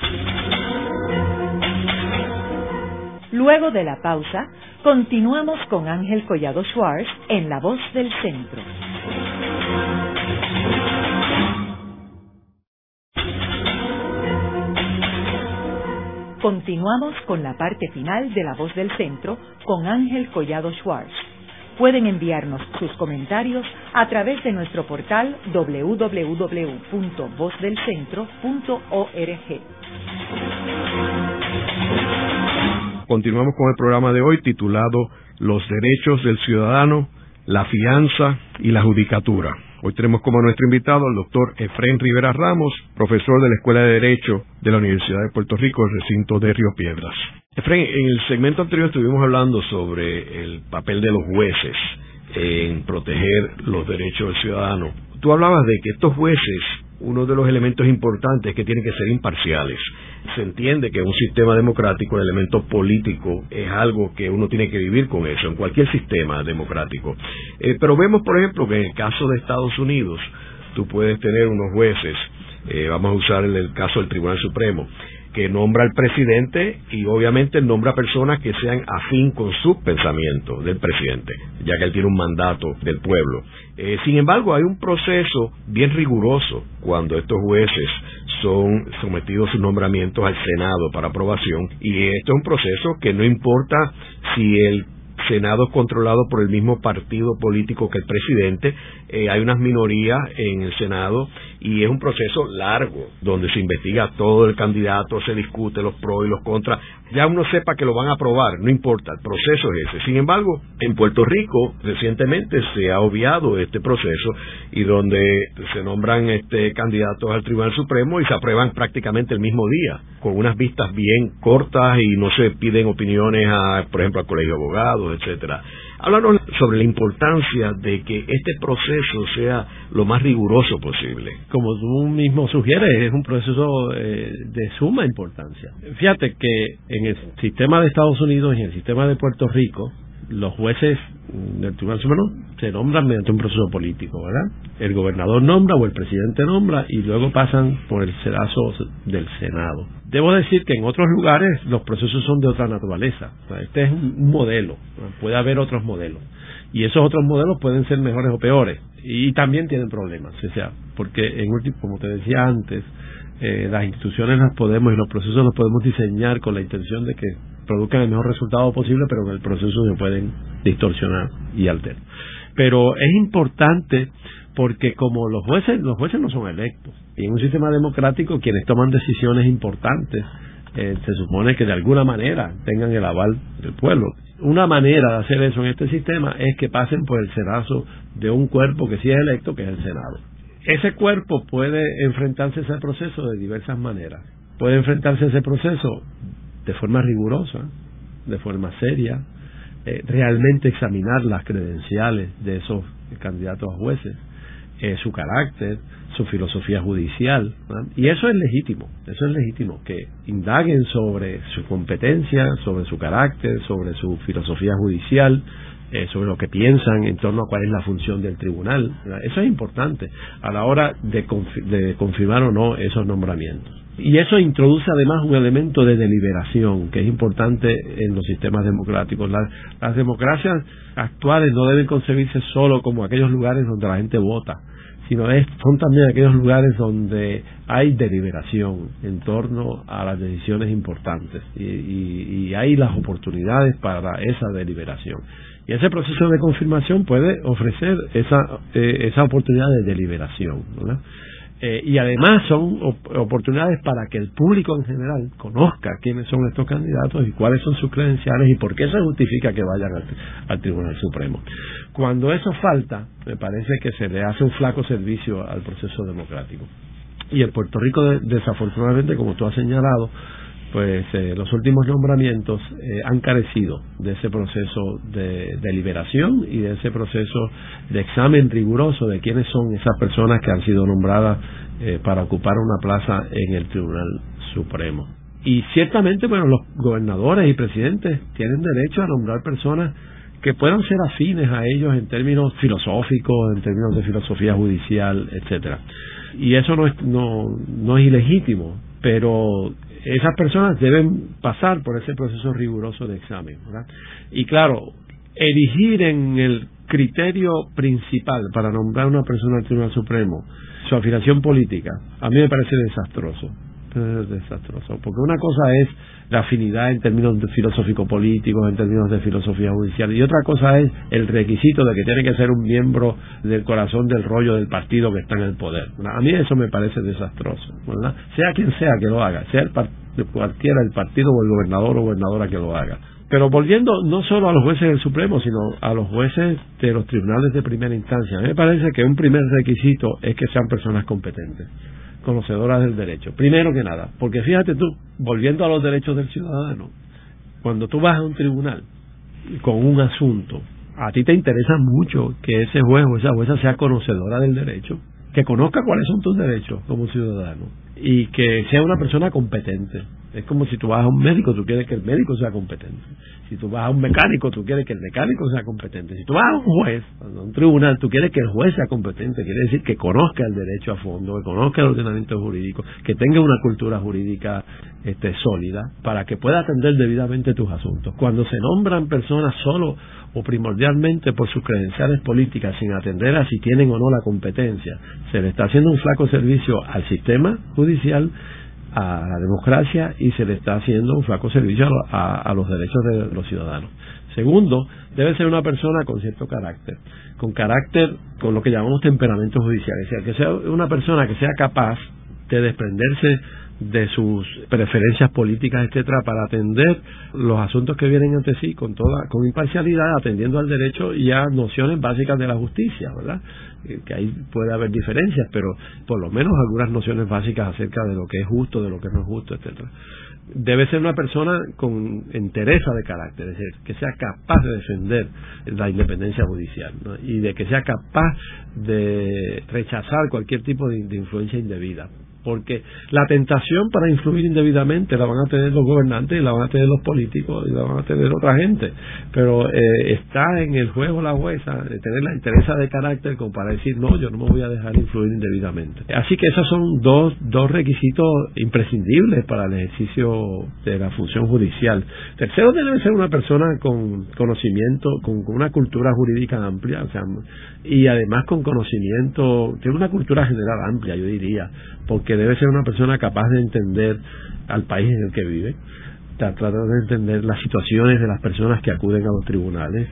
Luego de la pausa, continuamos con Ángel Collado Schwartz en La Voz del Centro. Continuamos con la parte final de La Voz del Centro con Ángel Collado Schwartz. Pueden enviarnos sus comentarios a través de nuestro portal www.vozdelcentro.org. Continuamos con el programa de hoy titulado Los derechos del ciudadano, la fianza y la judicatura. Hoy tenemos como nuestro invitado al doctor Efrén Rivera Ramos, profesor de la Escuela de Derecho de la Universidad de Puerto Rico, el recinto de Río Piedras. Efrén, en el segmento anterior estuvimos hablando sobre el papel de los jueces en proteger los derechos del ciudadano. Tú hablabas de que estos jueces, uno de los elementos importantes es que tienen que ser imparciales. Se entiende que en un sistema democrático el elemento político es algo que uno tiene que vivir con eso, en cualquier sistema democrático. Pero vemos, por ejemplo, que en el caso de Estados Unidos, tú puedes tener unos jueces, vamos a usar el caso del Tribunal Supremo, que nombra al presidente y obviamente nombra personas que sean afín con sus pensamientos del presidente, ya que él tiene un mandato del pueblo. Sin embargo, hay un proceso bien riguroso cuando estos jueces son sometidos sus nombramientos al Senado para aprobación, y esto es un proceso que no importa si el Senado es controlado por el mismo partido político que el presidente, hay unas minorías en el Senado y es un proceso largo donde se investiga todo el candidato, se discute los pros y los contras, ya uno sepa que lo van a aprobar, no importa, el proceso es ese. Sin embargo, en Puerto Rico recientemente se ha obviado este proceso y donde se nombran candidatos al Tribunal Supremo y se aprueban prácticamente el mismo día, con unas vistas bien cortas y no se piden opiniones por ejemplo, al Colegio de Abogados, etcétera. Háblanos sobre la importancia de que este proceso sea lo más riguroso posible. Como tú mismo sugieres, es un proceso de suma importancia. Fíjate que en el sistema de Estados Unidos y en el sistema de Puerto Rico, los jueces del Tribunal Supremo se nombran mediante un proceso político, ¿verdad? El gobernador nombra o el presidente nombra y luego pasan por el sedazo del Senado. Debo decir que en otros lugares los procesos son de otra naturaleza. O sea, este es un modelo, puede haber otros modelos. Y esos otros modelos pueden ser mejores o peores. Y también tienen problemas. O sea, porque en último, como te decía antes, las instituciones las podemos y los procesos los podemos diseñar con la intención de que produzcan el mejor resultado posible, pero en el proceso se pueden distorsionar y alterar. Pero es importante porque como los jueces no son electos, y en un sistema democrático quienes toman decisiones importantes se supone que de alguna manera tengan el aval del pueblo. Una manera de hacer eso en este sistema es que pasen por el cenazo de un cuerpo que sí es electo, que es el Senado. Ese cuerpo puede enfrentarse a ese proceso de diversas maneras. Puede enfrentarse a ese proceso de forma rigurosa, de forma seria, realmente examinar las credenciales de esos candidatos a jueces, su carácter, su filosofía judicial, ¿no? Y eso es legítimo, que indaguen sobre su competencia, sobre su carácter, sobre su filosofía judicial, sobre lo que piensan en torno a cuál es la función del tribunal, ¿verdad? Eso es importante a la hora de confirmar o no esos nombramientos. Y eso introduce además un elemento de deliberación que es importante en los sistemas democráticos. Las democracias actuales no deben concebirse solo como aquellos lugares donde la gente vota, sino son también aquellos lugares donde hay deliberación en torno a las decisiones importantes y hay las oportunidades para esa deliberación. Y ese proceso de confirmación puede ofrecer esa oportunidad de deliberación, ¿verdad? Y además son oportunidades para que el público en general conozca quiénes son estos candidatos y cuáles son sus credenciales y por qué se justifica que vayan al Tribunal Supremo. Cuando eso falta, me parece que se le hace un flaco servicio al proceso democrático. Y en Puerto Rico, desafortunadamente, como tú has señalado, pues los últimos nombramientos han carecido de ese proceso de deliberación y de ese proceso de examen riguroso de quiénes son esas personas que han sido nombradas para ocupar una plaza en el Tribunal Supremo. Y ciertamente, bueno, los gobernadores y presidentes tienen derecho a nombrar personas que puedan ser afines a ellos en términos filosóficos, en términos de filosofía judicial, etcétera. Y eso no es ilegítimo, pero esas personas deben pasar por ese proceso riguroso de examen, ¿verdad? Y claro, elegir en el criterio principal para nombrar a una persona al Tribunal Supremo su afiliación política, a mí me parece desastroso, porque una cosa es la afinidad en términos filosófico-políticos, en términos de filosofía judicial, y otra cosa es el requisito de que tiene que ser un miembro del corazón del rollo del partido que está en el poder, ¿verdad? A mí eso me parece desastroso, ¿verdad? Sea quien sea que lo haga, sea cualquiera el partido o el gobernador o gobernadora que lo haga. Pero volviendo no solo a los jueces del Supremo, sino a los jueces de los tribunales de primera instancia, a mí me parece que un primer requisito es que sean personas competentes, conocedoras del derecho, primero que nada, porque fíjate tú, volviendo a los derechos del ciudadano, cuando tú vas a un tribunal con un asunto, a ti te interesa mucho que ese juez o esa jueza sea conocedora del derecho, que conozca cuáles son tus derechos como ciudadano y que sea una persona competente. Es como si tú vas a un médico, tú quieres que el médico sea competente. Si tú vas a un mecánico, tú quieres que el mecánico sea competente. Si tú vas a un juez, a un tribunal, tú quieres que el juez sea competente. Quiere decir que conozca el derecho a fondo, que conozca el ordenamiento jurídico, que tenga una cultura jurídica sólida para que pueda atender debidamente tus asuntos. Cuando se nombran personas solo o primordialmente por sus credenciales políticas sin atender a si tienen o no la competencia, se le está haciendo un flaco servicio al sistema judicial, a la democracia, y se le está haciendo un flaco servicio a los derechos de los ciudadanos. Segundo, debe ser una persona con cierto carácter, con lo que llamamos temperamento judicial, es decir, que sea una persona que sea capaz de desprenderse de sus preferencias políticas, etcétera, para atender los asuntos que vienen ante sí con imparcialidad, atendiendo al derecho y a nociones básicas de la justicia, ¿verdad? Que ahí puede haber diferencias, pero por lo menos algunas nociones básicas acerca de lo que es justo, de lo que no es justo, etcétera. Debe ser una persona con entereza de carácter, es decir, que sea capaz de defender la independencia judicial, ¿no? Y de que sea capaz de rechazar cualquier tipo de influencia indebida. Porque la tentación para influir indebidamente la van a tener los gobernantes y la van a tener los políticos y la van a tener otra gente, pero está en el juez o la jueza de tener la entereza de carácter como para decir no, yo no me voy a dejar influir indebidamente. Así que esos son dos requisitos imprescindibles para el ejercicio de la función judicial. Tercero, debe ser una persona con conocimiento, con una cultura jurídica amplia, o sea, y además con conocimiento, tiene una cultura general amplia, yo diría, porque debe ser una persona capaz de entender al país en el que vive, tratar de entender las situaciones de las personas que acuden a los tribunales,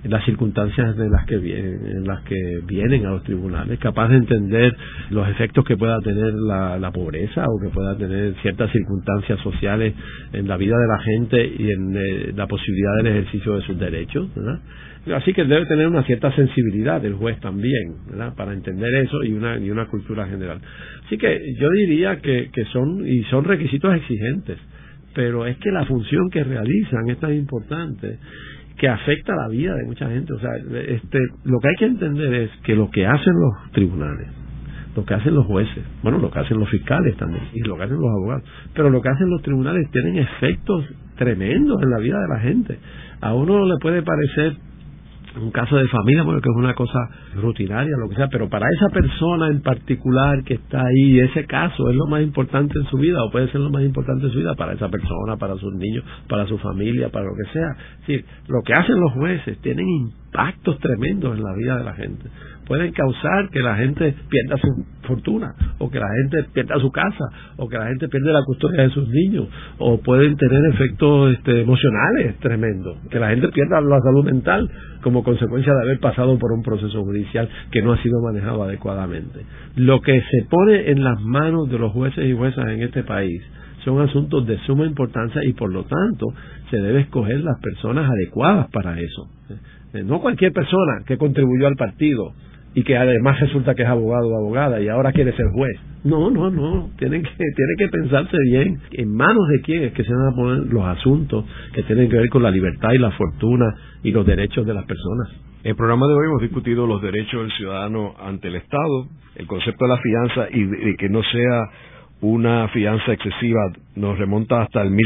las circunstancias en las que vienen a los tribunales, capaz de entender los efectos que pueda tener la pobreza o que pueda tener ciertas circunstancias sociales en la vida de la gente y en la posibilidad del ejercicio de sus derechos, ¿verdad? Así que debe tener una cierta sensibilidad el juez también, ¿verdad?, para entender eso y una cultura general. Así que yo diría que son requisitos exigentes, pero es que la función que realizan es tan importante que afecta la vida de mucha gente. O sea, lo que hay que entender es que lo que hacen los tribunales, lo que hacen los jueces, bueno, lo que hacen los fiscales también, y lo que hacen los abogados, pero lo que hacen los tribunales tienen efectos tremendos en la vida de la gente. A uno le puede parecer un caso de familia, bueno, que es una cosa rutinaria, lo que sea, pero para esa persona en particular que está ahí, ese caso es lo más importante en su vida, o puede ser lo más importante en su vida para esa persona, para sus niños, para su familia, para lo que sea. Es decir, lo que hacen los jueces tienen impactos tremendos en la vida de la gente. Pueden causar que la gente pierda su fortuna, o que la gente pierda su casa, o que la gente pierda la custodia de sus niños, o pueden tener efectos emocionales tremendos, que la gente pierda la salud mental como consecuencia de haber pasado por un proceso judicial que no ha sido manejado adecuadamente. Lo que se pone en las manos de los jueces y juezas en este país son asuntos de suma importancia y por lo tanto se debe escoger las personas adecuadas para eso. No cualquier persona que contribuyó al partido y que además resulta que es abogado o abogada y ahora quiere ser juez. No, tiene que pensarse bien en manos de quién es que se van a poner los asuntos que tienen que ver con la libertad y la fortuna y los derechos de las personas. En el programa de hoy hemos discutido los derechos del ciudadano ante el Estado, el concepto de la fianza y de que no sea una fianza excesiva nos remonta hasta el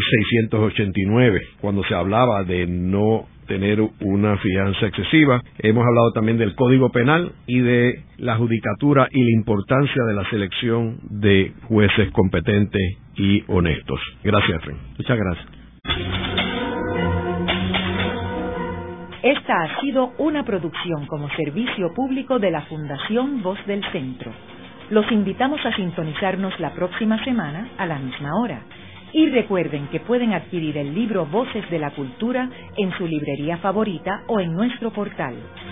1689, cuando se hablaba de no tener una fianza excesiva. Hemos hablado también del Código Penal y de la judicatura y la importancia de la selección de jueces competentes y honestos. Gracias, Efraín. Muchas gracias. Esta ha sido una producción como servicio público de la Fundación Voz del Centro. Los invitamos a sintonizarnos la próxima semana a la misma hora. Y recuerden que pueden adquirir el libro Voces de la Cultura en su librería favorita o en nuestro portal